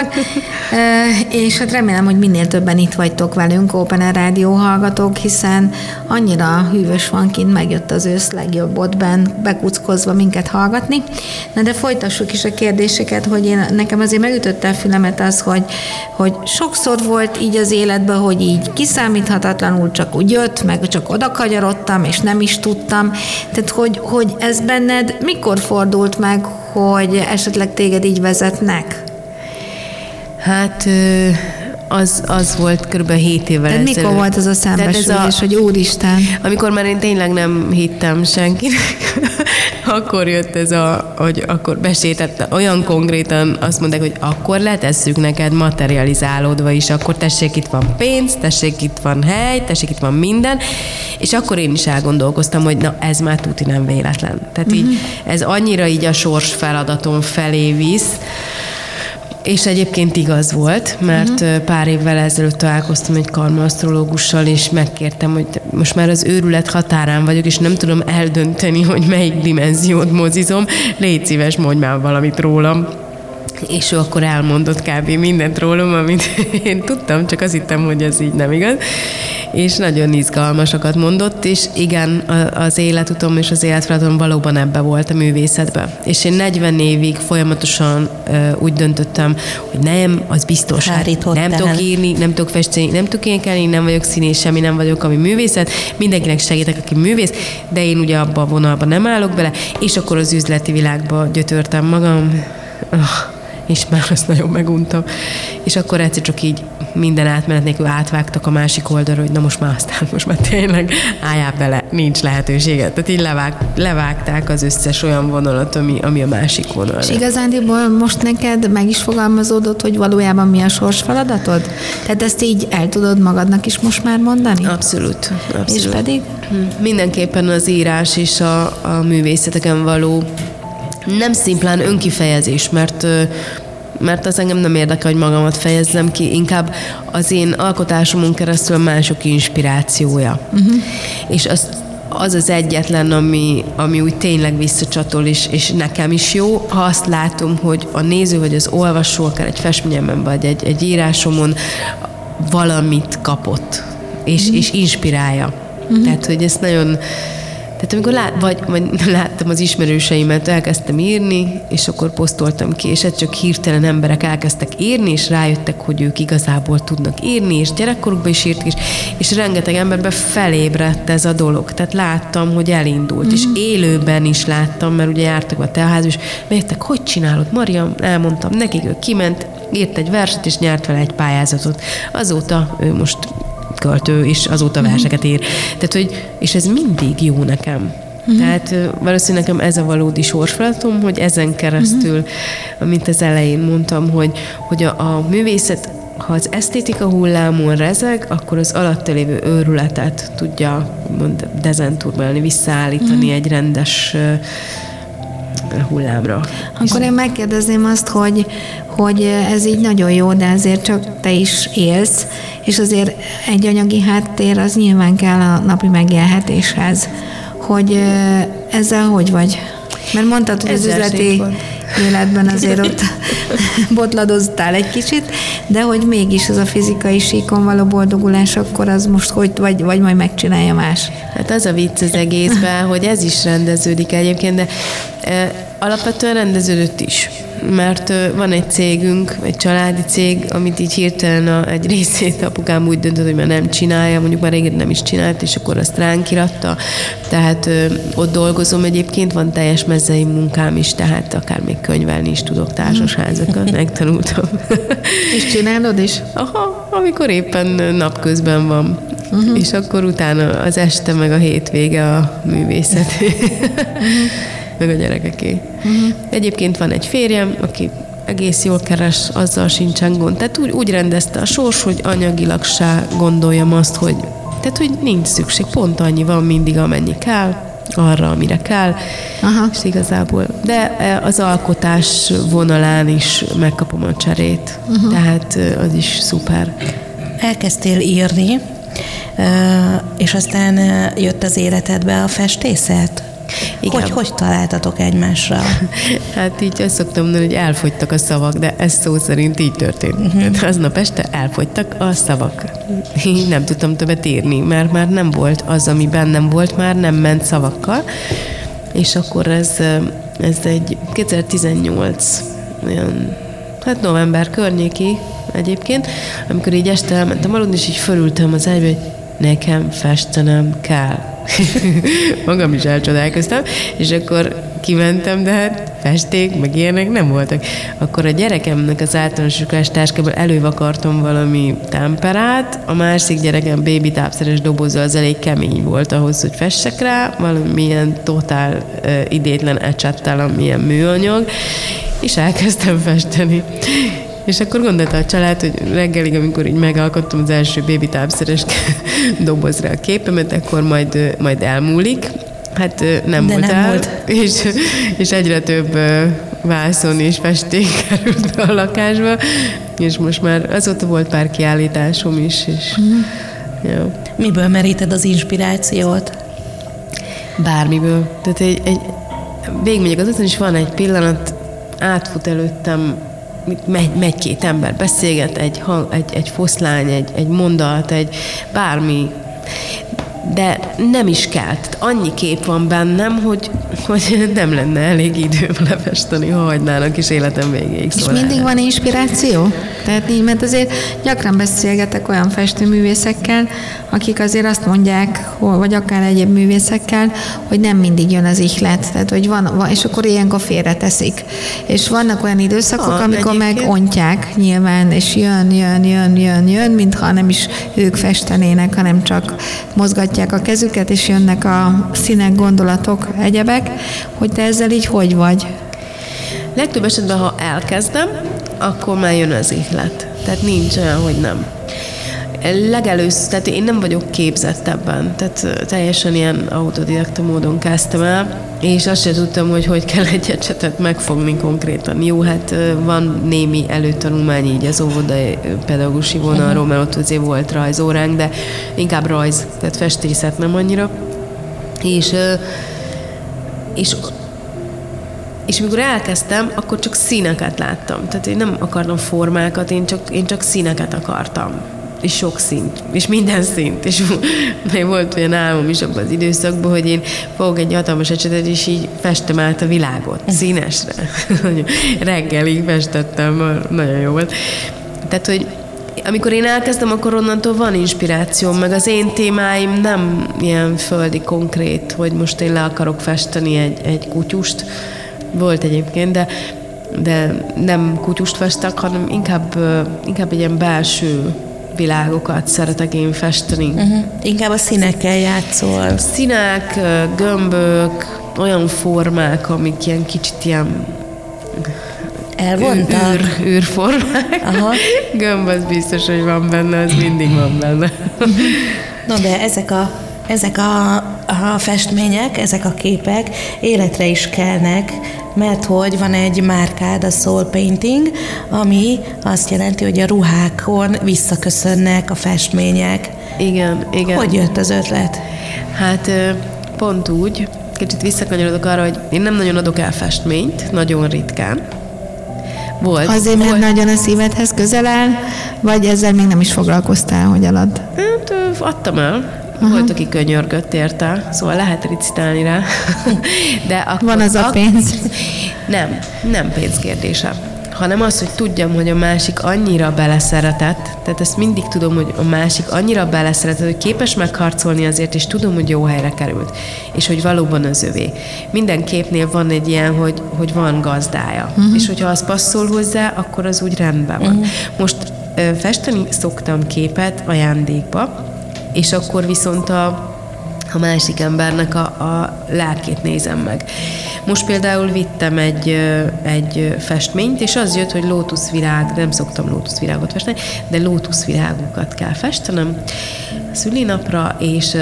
E, és hát remélem, hogy minél többen itt vagytok velünk, Open Air Rádió hallgatók, hiszen annyira hűvös van kint, megjött az ősz legjobb ottben, bekuckozva minket hallgatni. Na de folytassuk is a kérdéseket, hogy én, nekem azért megütötte a fülemet az, hogy, hogy sokszor volt így az életben, hogy így kiszámíthatatlanul csak úgy jött, meg csak odakanyarodtam, és nem is tudtam. Tehát, hogy, hogy ez benned mikor fordult meg, hogy esetleg téged így vezetnek? Hát az, az volt kb. hét évvel ezelőtt. Tehát mikor volt az a szembesülés, hogy úristen? Amikor már én tényleg nem hittem senkinek, akkor jött ez a, hogy akkor besétette, olyan konkrétan azt mondták, hogy akkor letesszük neked materializálódva is, akkor tessék, itt van pénz, tessék, itt van hely, tessék, itt van minden, és akkor én is elgondolkoztam, hogy na ez már tuti nem véletlen. Tehát uh-huh. így ez annyira így a sors feladatom felé visz, És egyébként igaz volt, mert uh-huh. pár évvel ezelőtt találkoztam egy karmaasztrológussal, és megkértem, hogy most már az őrület határán vagyok, és nem tudom eldönteni, hogy melyik dimenziót mozizom. Légy szíves, mondj már valamit rólam. És ő akkor elmondott kb. Mindent rólam, amit én tudtam, csak azt hittem, hogy ez így nem igaz. És nagyon izgalmasakat mondott, és igen, az életutam és az életfeladatom valóban ebbe volt, a művészetben. És én negyven évig folyamatosan úgy döntöttem, hogy nem, az biztos, nem tudok írni, nem tudok festeni, nem tudok énekelni, nem vagyok színész, semmi nem vagyok, ami művészet, mindenkinek segítek, aki művész, de én ugye abba a vonalba nem állok bele, és akkor az üzleti világba gyötörtem magam. És már azt nagyon meguntam. És akkor egyszer csak így minden átmenet nélkül átvágtak a másik oldalra, hogy na most már aztán, most már tényleg álljál bele, nincs lehetőséget. Tehát így levág, levágták az összes olyan vonalat, ami, ami a másik vonal. És igazándiból most neked meg is fogalmazódott, hogy valójában mi a sors feladatod? Tehát ezt így el tudod magadnak is most már mondani? Abszolút. abszolút. És pedig? Mindenképpen az írás és a, a művészeteken való nem szimplán önkifejezés, mert, mert az engem nem érdekel, hogy magamat fejezzem ki, inkább az én alkotásomon keresztül mások inspirációja. Uh-huh. És az, az az egyetlen, ami, ami úgy tényleg visszacsatol, és, és nekem is jó, ha azt látom, hogy a néző vagy az olvasó, akár egy festményemben, vagy egy, egy írásomon valamit kapott, és, uh-huh. és inspirálja. Uh-huh. Tehát, hogy ezt nagyon... Tehát amikor lát, vagy, vagy láttam az ismerőseimet, elkezdtem írni, és akkor posztoltam ki, és ez csak hirtelen emberek elkezdtek írni, és rájöttek, hogy ők igazából tudnak írni, és gyerekkorukban is írtak, és, és rengeteg emberben felébredt ez a dolog. Tehát láttam, hogy elindult, mm-hmm. és élőben is láttam, mert ugye jártak a teaházba, és bejöttek, hogy csinálod, Mariam? Elmondtam nekik, ő kiment, írt egy verset, és nyert vele egy pályázatot. Azóta ő most költő, és azóta verseket ír. Tehát, hogy, és ez mindig jó nekem. Uh-huh. Tehát valószínűleg nekem ez a valódi sorsfeladatom, hogy ezen keresztül, uh-huh. amint az elején mondtam, hogy, hogy a, a művészet, ha az esztétika hullámon rezeg, akkor az alatta lévő őrületet tudja mond, dezenturbálni, visszaállítani uh-huh. egy rendes hullámra. Akkor én megkérdezném azt, hogy, hogy ez így nagyon jó, de azért csak te is élsz, és azért egy anyagi háttér az nyilván kell a napi megélhetéshez. Hogy ezzel hogy vagy? Mert mondtad, hogy az üzleti életben azért ott botladoztál egy kicsit, de hogy mégis az a fizikai síkon való boldogulás, akkor az most hogy, vagy, vagy majd megcsinálja más? Hát az a vicc az egészben, hogy ez is rendeződik egyébként, de e, alapvetően rendeződött is. Mert van egy cégünk, egy családi cég, amit így hirtelen a, egy részét apukám úgy döntött, hogy már nem csinálja, mondjuk már régen nem is csinált, és akkor azt ránk iratta. Tehát ö, ott dolgozom egyébként, van teljes mezei munkám is, tehát akár még könyvelni is tudok társasházakat, megtanultam. És csinálod is? Aha, amikor éppen napközben van. Uh-huh. És akkor utána az este meg a hétvége a művészet. Uh-huh. meg a gyerekeké. Uh-huh. Egyébként van egy férjem, aki egész jól keres, azzal sincsen gond. Tehát úgy, úgy rendezte a sors, hogy anyagilag se gondoljam azt, hogy, tehát, hogy nincs szükség, pont annyi van mindig, amennyi kell, arra, amire kell, aha. és igazából. De az alkotás vonalán is megkapom a cserét, uh-huh. tehát az is szuper. Elkezdtél írni, és aztán jött az életedbe a festészet? Igen. Hogy, hogy találtatok egymásra? Hát így azt szoktam mondani, hogy elfogytak a szavak, de ez szó szerint így történt. Uh-huh. Aznap este elfogytak a szavak. Így nem tudtam többet írni, mert már nem volt az, ami bennem volt, már nem ment szavakkal. És akkor ez, ez egy kétezer-tizennyolc olyan, hát november környéki egyébként, amikor így este elmentem aludni, és így fölültem az ágyba, hogy nekem festenem kell. Magam is elcsodálkoztam, és akkor kimentem, de hát festék, meg ilyenek nem voltak. Akkor a gyerekemnek az általános iskolás táskából elővakartam valami temperát, a másik gyerekem baby tápszeres doboza az elég kemény volt ahhoz, hogy fessek rá, valamilyen totál uh, idétlen ecsettel, amilyen műanyag, és elkezdtem festeni. És akkor gondolta a család, hogy reggelig, amikor így megalkottam az első baby tápszeres dobozra a képemet, akkor majd, majd elmúlik. Hát nem De volt nem el, volt. És, és egyre több vászon és festék került be a lakásba, és most már azóta volt pár kiállításom is. És, mm. ja. Miből meríted az inspirációt? Bármiből. Tehát egy, egy végigmegyek az utcán, és van egy pillanat, átfut előttem, megy, megy két ember, beszélget, egy, egy, egy foszlány, egy, egy mondat, egy bármi, de nem is kell. Tehát annyi kép van bennem, hogy, hogy nem lenne elég időm lefesteni, ha hagynának is életem végéig. És szóval mindig van inspiráció? Tehát így, mert azért gyakran beszélgetek olyan festőművészekkel, akik azért azt mondják, vagy akár egyéb művészekkel, hogy nem mindig jön az ihlet, tehát hogy van, van és akkor ilyenkor félreteszik. És vannak olyan időszakok, ah, amikor egyébként megontják nyilván, és jön, jön, jön, jön, jön, mintha nem is ők festenének, hanem csak mozgatják a kezüket, és jönnek a színek, gondolatok, egyebek, hogy te ezzel így hogy vagy? Legtöbb esetben, ha elkezdem, akkor már jön az ihlet. Tehát nincs olyan, hogy nem. Legelőször, tehát én nem vagyok képzett ebben, tehát teljesen ilyen autodidakta módon kezdtem el, és azt sem tudtam, hogy hogy kell egy ecsetet megfogni konkrétan. Jó, hát van némi előtanulmány így az óvodai pedagógusi vonalról, mert ott azért volt rajzóránk, de inkább rajz, tehát festészet nem annyira. És, és És amikor elkezdtem, akkor csak színeket láttam. Tehát én nem akartam formákat, én csak, én csak színeket akartam. És sok színt, és minden színt. És volt olyan álmom is abban az időszakban, hogy én fogok egy hatalmas ecsetet, és így festem át a világot, színesre. Reggelig festettem, nagyon jó volt. Tehát, hogy amikor én elkezdem, akkor onnantól van inspirációm, meg az én témáim nem ilyen földi, konkrét, hogy most én le akarok festeni egy, egy kutyust. Volt egyébként, de, de nem kutyust festek, hanem inkább, inkább egy ilyen belső világokat szeretek én festeni. Uh-huh. Inkább a színekkel játszol. Színek, gömbök, olyan formák, amik ilyen kicsit ilyen elvontak? Űr, űrformák. Aha. Gömb az biztos, hogy van benne, az mindig van benne. No, de ezek a Ezek a, a festmények, ezek a képek életre is kelnek, mert hogy van egy márkád, a Soul Painting, ami azt jelenti, hogy a ruhákon visszaköszönnek a festmények. Igen, igen. Hogy jött az ötlet? Hát pont úgy, kicsit visszakanyarodok arra, hogy én nem nagyon adok el festményt, nagyon ritkán. Volt. Azért, mert volt. Nagyon a szívedhez közel áll, vagy ezzel még nem is foglalkoztál, hogy alad? Hát adtam el. Aha. Volt, aki könyörgött érte, szóval lehet licitálni rá. De akkor, van az a pénz? Nem, nem pénzkérdése, hanem az, hogy tudjam, hogy a másik annyira beleszeretett, tehát ezt mindig tudom, hogy a másik annyira beleszeretett, hogy képes megharcolni azért, és tudom, hogy jó helyre került, és hogy valóban az övé. Minden képnél van egy ilyen, hogy, hogy van gazdája, uh-huh. és hogyha az passzol hozzá, akkor az úgy rendben van. Uh-huh. Most festeni szoktam képet ajándékba, és akkor viszont a, a másik embernek a, a lelkét nézem meg. Most például vittem egy, egy festményt, és az jött, hogy lótuszvirág, nem szoktam lótuszvirágot festeni, de lótuszvirágokat kell festenem a szülinapra, és,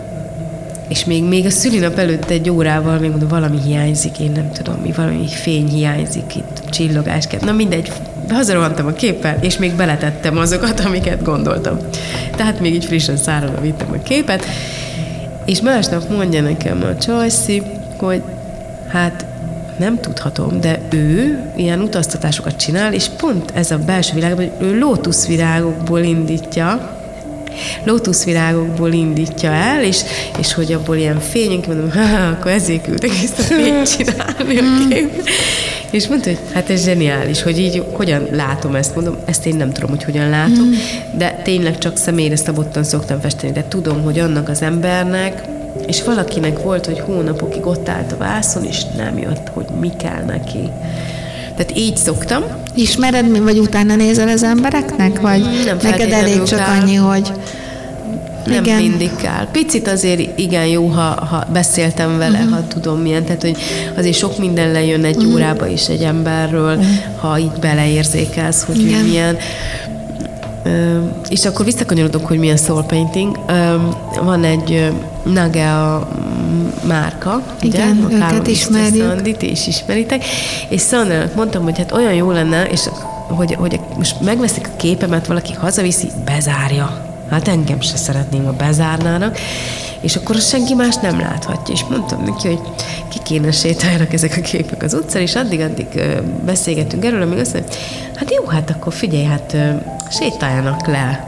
és még, még a szülinap előtt egy órával még mondom, valami hiányzik, én nem tudom mi, valami fény hiányzik itt, csillogás kell. Na mindegy, hazarohantam a képpel, és még beletettem azokat, amiket gondoltam. Tehát még így frissen száradva vittem a képet, és másnap mondja nekem a Csajci, hogy hát nem tudhatom, de ő ilyen utaztatásokat csinál, és pont ez a belső világban, hogy ő lótuszvirágokból indítja, lótuszvirágokból indítja el, és, és hogy abból ilyen fényünk, mondom, ha, akkor ezért küldtek ezt a fényt csinálni a képet. És mondta, hogy hát ez zseniális, hogy így hogyan látom ezt, mondom, ezt én nem tudom, hogy hogyan látom, de tényleg csak személyre szabottan szoktam festeni, de tudom, hogy annak az embernek, és valakinek volt, hogy hónapokig ott állt a vászon, és nem jött, hogy mi kell neki. Tehát így szoktam. Ismered, vagy utána nézel az embereknek? Vagy nem neked elég csak kell. Annyi, hogy... Nem igen. mindig kell. Picit azért igen jó, ha, ha beszéltem vele, uh-huh. ha tudom milyen. Tehát, hogy azért sok minden lejön egy uh-huh. órába is egy emberről, uh-huh. ha így beleérzékelsz, hogy ő milyen. És akkor visszakanyarodok, hogy milyen soul painting. Van egy Nagea márka, igen, ugye? Őket ismerjük. Szandit is ismeritek, és Szandrának mondtam, hogy hát olyan jó lenne, és hogy, hogy most megveszik a képemet, valaki hazaviszi, bezárja. Hát engem se szeretném, ha bezárnának, és akkor senki más nem láthatja. És mondtam neki, hogy ki kéne sétáljanak ezek a képek az utcán, és addig-addig beszélgettünk erről, amíg azt mondja, hát jó, hát akkor figyelj, hát sétáljanak le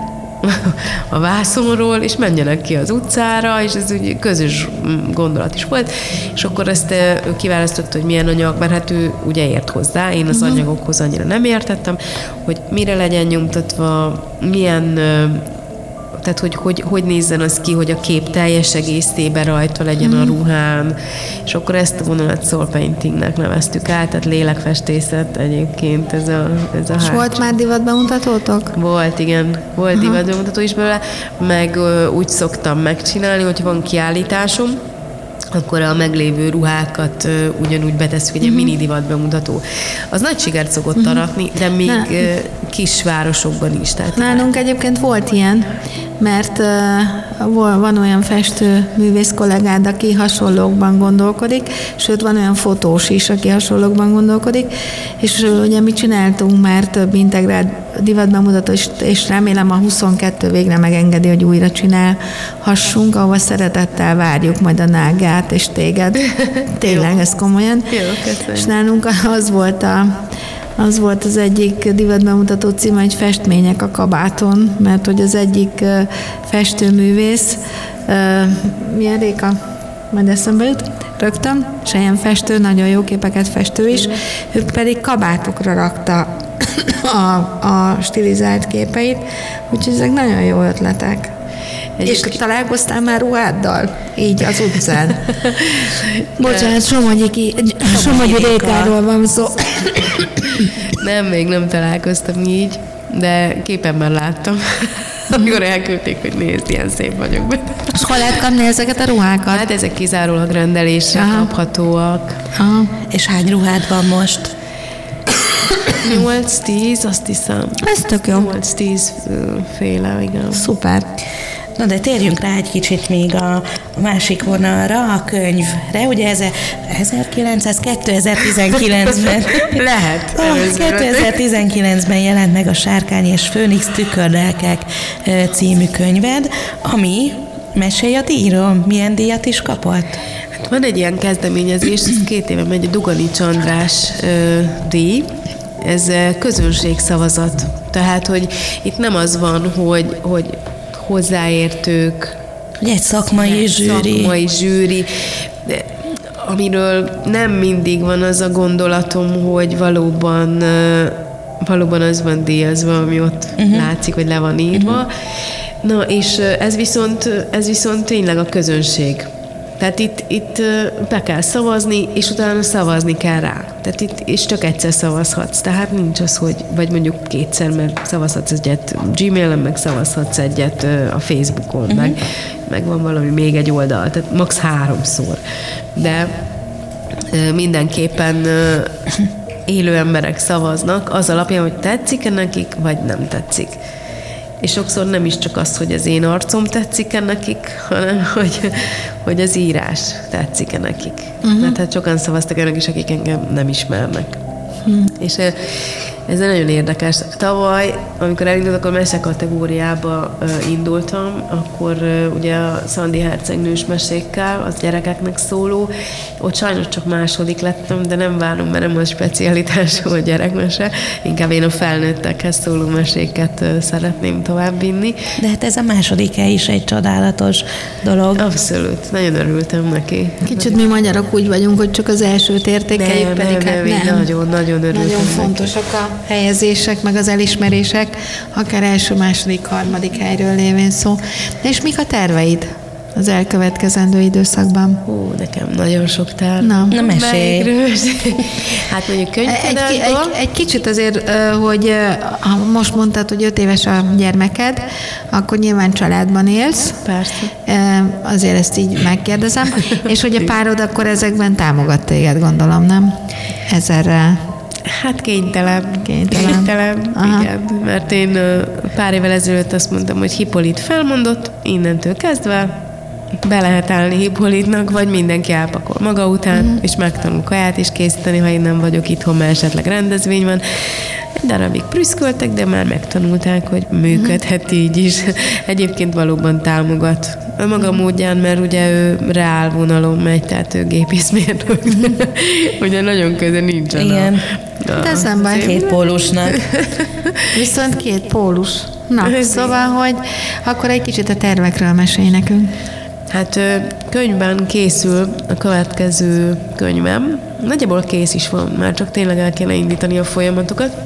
a vászonról, és menjenek ki az utcára, és ez úgy közös gondolat is volt, és akkor ezt ő kiválasztotta, hogy milyen anyag, mert hát ő ugye ért hozzá, én az uh-huh. anyagokhoz annyira nem értettem, hogy mire legyen nyomtatva, milyen, tehát hogy, hogy hogy nézzen az ki, hogy a kép teljes egészében rajta legyen uh-huh. a ruhán, és akkor ezt a vonalat soul paintingnek neveztük át, tehát lélekfestészet egyébként ez a, ez a és hát. Volt már divatbemutatótok? Volt, igen. Volt uh-huh. divatbemutató is belőle, meg ö, úgy szoktam megcsinálni, hogy van kiállításom, akkor a meglévő ruhákat ö, ugyanúgy betesszük, egy uh-huh. mini divatbemutató. Az nagy sikert szokott uh-huh. aratni, de még ö, kisvárosokban is. Tehát nálunk egyébként volt ilyen, mert uh, van olyan festő művész kollégád, aki hasonlókban gondolkodik, sőt van olyan fotós is, aki hasonlókban gondolkodik, és uh, ugye mi csináltunk már több integrált divatbemutató, és, és remélem a huszonkettő végre megengedi, hogy újra csinálhassunk, ahova szeretettel várjuk majd a Nágát és téged. Tényleg, ez komolyan. Jó, köszönöm. És nálunk az volt a Az volt az egyik divatbemutató címe, hogy festmények a kabáton, mert hogy az egyik festőművész, milyen Réka, majd eszembe jut, rögtön, és ilyen festő, nagyon jó képeket festő is, ő pedig kabátokra rakta a, a stilizált képeit, úgyhogy ezek nagyon jó ötletek. Egy és k- találkoztál már ruháddal? Így az utcán. Bocsánat, Somogyi, Somogyi Rékáról van szó. Nem, még nem találkoztam így, de képen már láttam, amikor elküldték, hogy nézd, ilyen szép vagyok benne. És hol lehet kapni ezeket a ruhákat? Hát ezek kizárólag rendelésre Aha. kaphatóak. Aha. És hány ruhád van most? nyolc-tíz, azt hiszem. Ez tök jó. nyolc-tíz féle, igen. Szuper. Na de térjünk rá egy kicsit még a másik vonalra, a könyvre. Ugye ez ezerkilencszáz kétezer-tizenkilencben lehet. kétezer-tizenkilencben jelent meg a Sárkány és Főnix Tükörlelkek című könyved, ami mesélj a díjról. Milyen díjat is kapott? Hát van egy ilyen kezdeményezés, ez két éve megy, a Dugonics András ö, díj. Ez közönségszavazat. Tehát, hogy itt nem az van, hogy, hogy hozzáértők, hogy egy szakmai zsűri. Szakmai zsűri, de amiről nem mindig van az a gondolatom, hogy valóban, valóban az van díjazva, ami ott uh-huh. látszik, hogy le van írva. Uh-huh. Na, és ez viszont, ez viszont tényleg a közönség. Tehát itt, itt be kell szavazni, és utána szavazni kell rá. Tehát itt, és csak egyszer szavazhatsz. Tehát nincs az, hogy, vagy mondjuk kétszer, mert szavazhatsz egyet Gmailen, meg szavazhatsz egyet a Facebookon, uh-huh. meg, meg van valami még egy oldal, tehát max. háromszor. De mindenképpen élő emberek szavaznak az alapján, hogy tetszik-e nekik, vagy nem tetszik. És sokszor nem is csak az, hogy az én arcom tetszik-e nekik, hanem hogy, hogy az írás tetszik-e nekik. Uh-huh. Mert hát sokan szavaztak ennek is, akik engem nem ismernek. Uh-huh. És ez nagyon érdekes. Tavaly, amikor elindult, akkor mese kategóriába uh, indultam, akkor uh, ugye a Szandi hercegnős mesékkel, az gyerekeknek szóló, ott sajnos csak második lettem, de nem várom, mert nem az specialitásom a gyerekmese, inkább én a felnőttekhez szóló meséket uh, szeretném továbbvinni. De hát ez a második-e is egy csodálatos dolog. Abszolút, nagyon örültem neki. Kicsit mi magyarok úgy vagyunk, hogy csak az elsőt értékeljük, nem, pedig nem, hát nem. nem. Nagyon, nagyon örültem. Nagyon fontosak a helyezések, meg az elismerések, akár első, második, harmadik helyről lévén szó. És mik a terveid az elkövetkezendő időszakban? Hú, nekem nagyon sok terv. Na, Na mesélj. Hát mondjuk könyvkiadásban. Egy, egy, egy kicsit azért, hogy ha most mondtad, hogy öt éves a gyermeked, akkor nyilván családban élsz. Persze. Azért ezt így megkérdezem. És hogy a párod akkor ezekben támogat téged, gondolom, nem? Ezerrel. Hát kénytelen. Kénytelen. Kénytelen, igen. Mert én pár évvel ezelőtt azt mondtam, hogy Hippolit felmondott, innentől kezdve be lehet állni Hippolitnak, vagy mindenki elpakol maga után, uh-huh. és megtanul kaját is készíteni, ha én nem vagyok itthon, mert esetleg rendezvény van. Egy darabig prüszköltek, de már megtanulták, hogy működhet így is. Egyébként valóban támogat a maga módján, mert ugye ő reál vonalon megy, tehát ő gépészmérnök. Ugye nagyon köze nincsen. Igen. A, a, de szemben két pólusnak. Viszont két pólus. Na, szóval, hogy akkor egy kicsit a tervekről mesélj nekünk. Hát könyvben készül a következő könyvem. Nagyjából kész is van, már csak tényleg el kéne indítani a folyamatokat.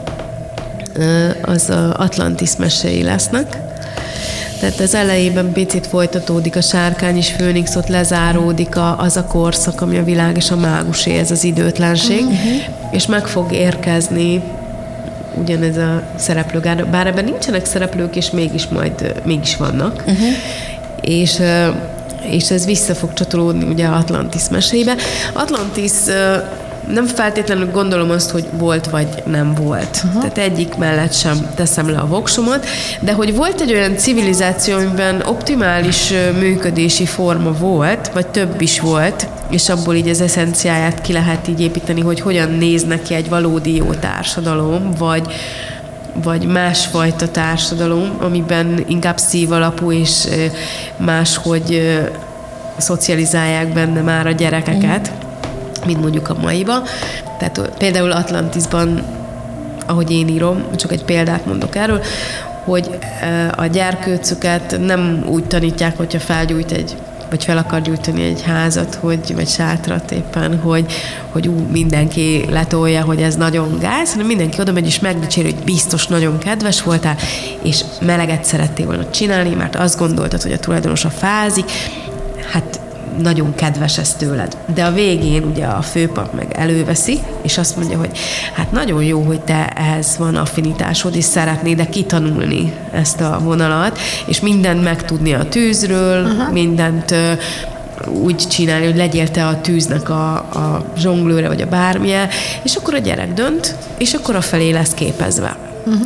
Az Atlantis meséi lesznek. Tehát az elejében picit folytatódik a Sárkány és Főnix, ott lezáródik a, az a korszak, ami a világ és a mágusé, ez az időtlenség, uh-huh. és meg fog érkezni ugyanez a szereplőgárda, bár ebben nincsenek szereplők, és mégis majd mégis vannak. Uh-huh. És és ez vissza fog csatolódni ugye Atlantis mesébe. Atlantis nem feltétlenül gondolom azt, hogy volt vagy nem volt. Uh-huh. Tehát egyik mellett sem teszem le a voksomat, de hogy volt egy olyan civilizáció, amiben optimális működési forma volt, vagy több is volt, és abból így az eszenciáját ki lehet így építeni, hogy hogyan néz neki egy valódi jó társadalom, vagy vagy másfajta társadalom, amiben inkább szívalapú és máshogy szocializálják benne már a gyerekeket, mint mondjuk a maiba. Tehát például Atlantisban, ahogy én írom, csak egy példát mondok erről, hogy a gyerkőcöket nem úgy tanítják, hogyha felgyújt egy vagy fel akar gyújtani egy házat, hogy, vagy sátrat éppen, hogy, hogy ú, mindenki letolja, hogy ez nagyon gáz, hanem mindenki oda megy és megdicséri, hogy biztos nagyon kedves voltál, és meleget szerettél volna csinálni, mert azt gondoltad, hogy a tulajdonosa fázik. Hát nagyon kedves ez tőled. De a végén ugye a főpap meg előveszi, és azt mondja, hogy hát nagyon jó, hogy te ehhez van affinitásod, és szeretnéd kitanulni ezt a vonalat, és mindent megtudni a tűzről, aha. mindent uh, úgy csinálni, hogy legyél te a tűznek a, a zsonglőre, vagy a bármilyen, és akkor a gyerek dönt, és akkor a felé lesz képezve. Uh-huh.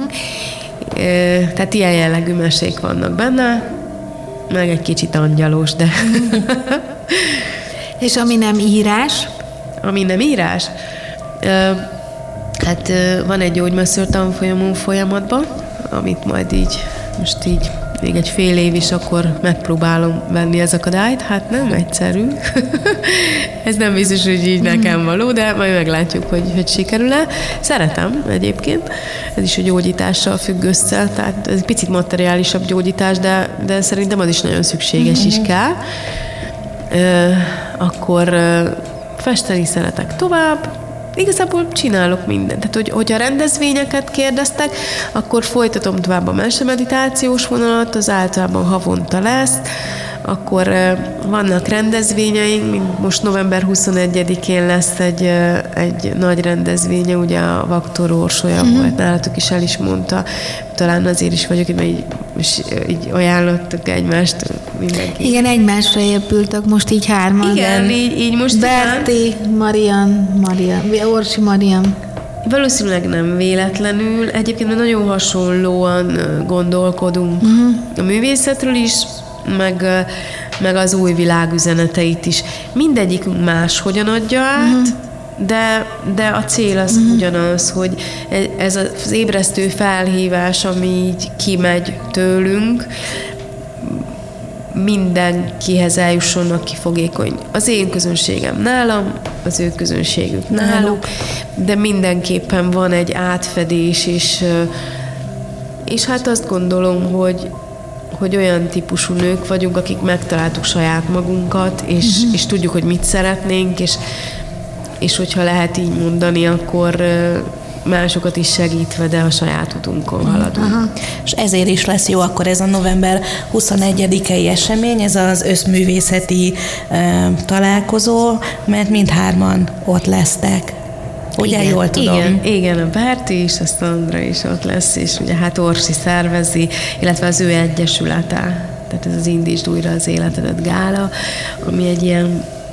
Uh, tehát ilyen jellegű mesék vannak benne, meg egy kicsit angyalos, de... És ami nem írás? Ami nem írás? Hát van egy gyógymasször tanfolyamon folyamatban, amit majd így, most így még egy fél év is, akkor megpróbálom venni az akadályt. Hát nem egyszerű. Ez nem biztos, hogy így nekem való, de majd meglátjuk, hogy, hogy sikerül-e. Szeretem egyébként. Ez is a gyógyítással függ össze, tehát ez egy picit materiálisabb gyógyítás, de, de szerintem az is nagyon szükséges is kell. Uh, akkor uh, festeni szeretek tovább, igazából csinálok mindent. Tehát, hogy, hogyha rendezvényeket kérdeztek, akkor folytatom tovább a mesemeditációs vonalat, az általában havonta lesz, akkor uh, vannak rendezvényeink, mint most november huszonegyedikén lesz egy, uh, egy nagy rendezvénye, ugye a Vaktor Orsolya uh-huh. volt, nálatok is el is mondta, talán azért is vagyok, mert így, így ajánlottuk egymást mindenki. Igen, egymásra épültök most így hárman. Igen, így, így most Berti, Marian, Marian, Orsi Marian. Valószínűleg nem véletlenül. Egyébként nagyon hasonlóan gondolkodunk uh-huh. a művészetről is, meg, meg az új világ üzeneteit is. Mindegyikünk máshogyan adja át, uh-huh. De, de a cél az uh-huh. ugyanaz, hogy ez az ébresztő felhívás, ami így kimegy tőlünk, mindenkihez eljusson, aki fogékony. Az én közönségem nálam, az ő közönségük náluk, de mindenképpen van egy átfedés, és, és hát azt gondolom, hogy, hogy olyan típusú nők vagyunk, akik megtaláltuk saját magunkat, és, uh-huh. és tudjuk, hogy mit szeretnénk, és és hogyha lehet így mondani, akkor másokat is segítve, de a saját utunkon haladunk. Aha. És ezért is lesz jó akkor ez a november huszonegyedikei esemény, ez az összművészeti e, találkozó, mert mindhárman ott lesztek. Ugye, igen, jól tudom? Igen, igen, a Berti is, a Szandra is ott lesz, és ugye hát Orsi szervezi, illetve az ő egyesülete, tehát ez az Indítsd újra az életedet gála, ami egy ilyen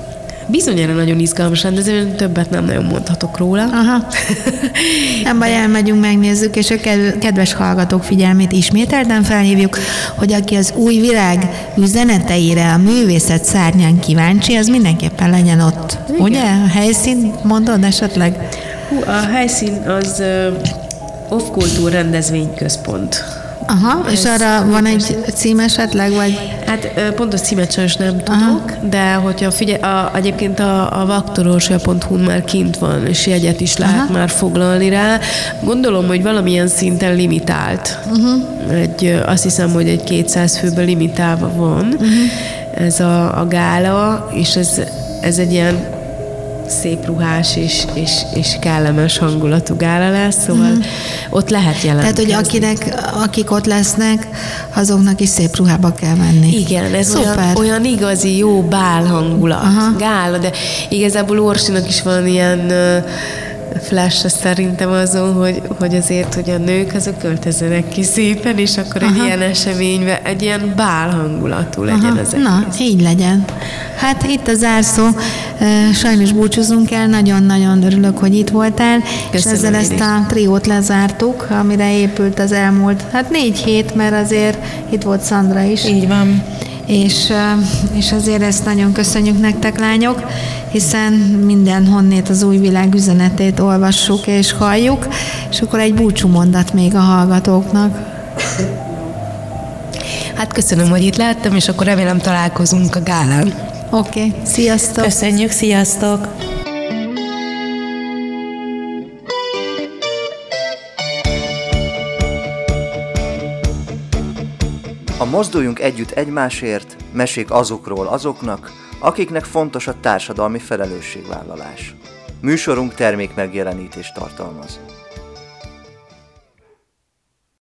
bizonyára nagyon izgalmas, de azért többet nem nagyon mondhatok róla. Aha. Nem baj, elmegyünk, megnézzük, és a kedves hallgatók figyelmét ismételten felhívjuk, hogy aki az új világ üzeneteire a művészet szárnyán kíváncsi, az mindenképpen legyen ott. Igen. Ugye? A helyszín mondod esetleg? Hú, a helyszín az uh, Off-Kultúr rendezvényközpont. Aha, ez és arra van egy cím esetleg, vagy? Hát pontos címet sajnos nem tudok, aha, de hogyha figyelj, a, egyébként a, a vaktororsia pont hu már kint van, és jegyet is lehet aha. már foglalni rá. Gondolom, hogy valamilyen szinten limitált. Uh-huh. Egy, azt hiszem, hogy egy kétszáz főben limitálva van uh-huh. ez a, a gála, és ez, ez egy ilyen szép ruhás és, és, és kellemes hangulatú gála lesz, szóval uh-huh. ott lehet jelentkezni. Tehát, hogy akinek, akik ott lesznek, azoknak is szép ruhába kell menni. Igen, ez olyan, olyan igazi, jó bál hangulat, aha. gála, de igazából Orsinak is van ilyen uh, flash szerintem azon, hogy, hogy azért, hogy a nők azok költözzenek ki szépen, és akkor aha. egy ilyen eseményben egy ilyen bál hangulatú legyen aha. az egész. Na, így legyen. Hát itt a zárszó, sajnos búcsúzunk el, nagyon-nagyon örülök, hogy itt voltál, köszönöm, és ezzel ezt a triót lezártuk, amire épült az elmúlt, hát négy hét, mert azért itt volt Szandra is. Így van. És, és azért ezt nagyon köszönjük nektek, lányok, hiszen mindenhonnét az új világ üzenetét olvassuk és halljuk, és akkor egy búcsú mondat még a hallgatóknak. Hát köszönöm, hogy itt láttam, és akkor remélem találkozunk a gálán. Oké, okay. Sziasztok! Köszönjük, sziasztok! A Mozduljunk együtt egymásért, mesék azokról azoknak, akiknek fontos a társadalmi felelősségvállalás. Műsorunk termék megjelenítést tartalmaz.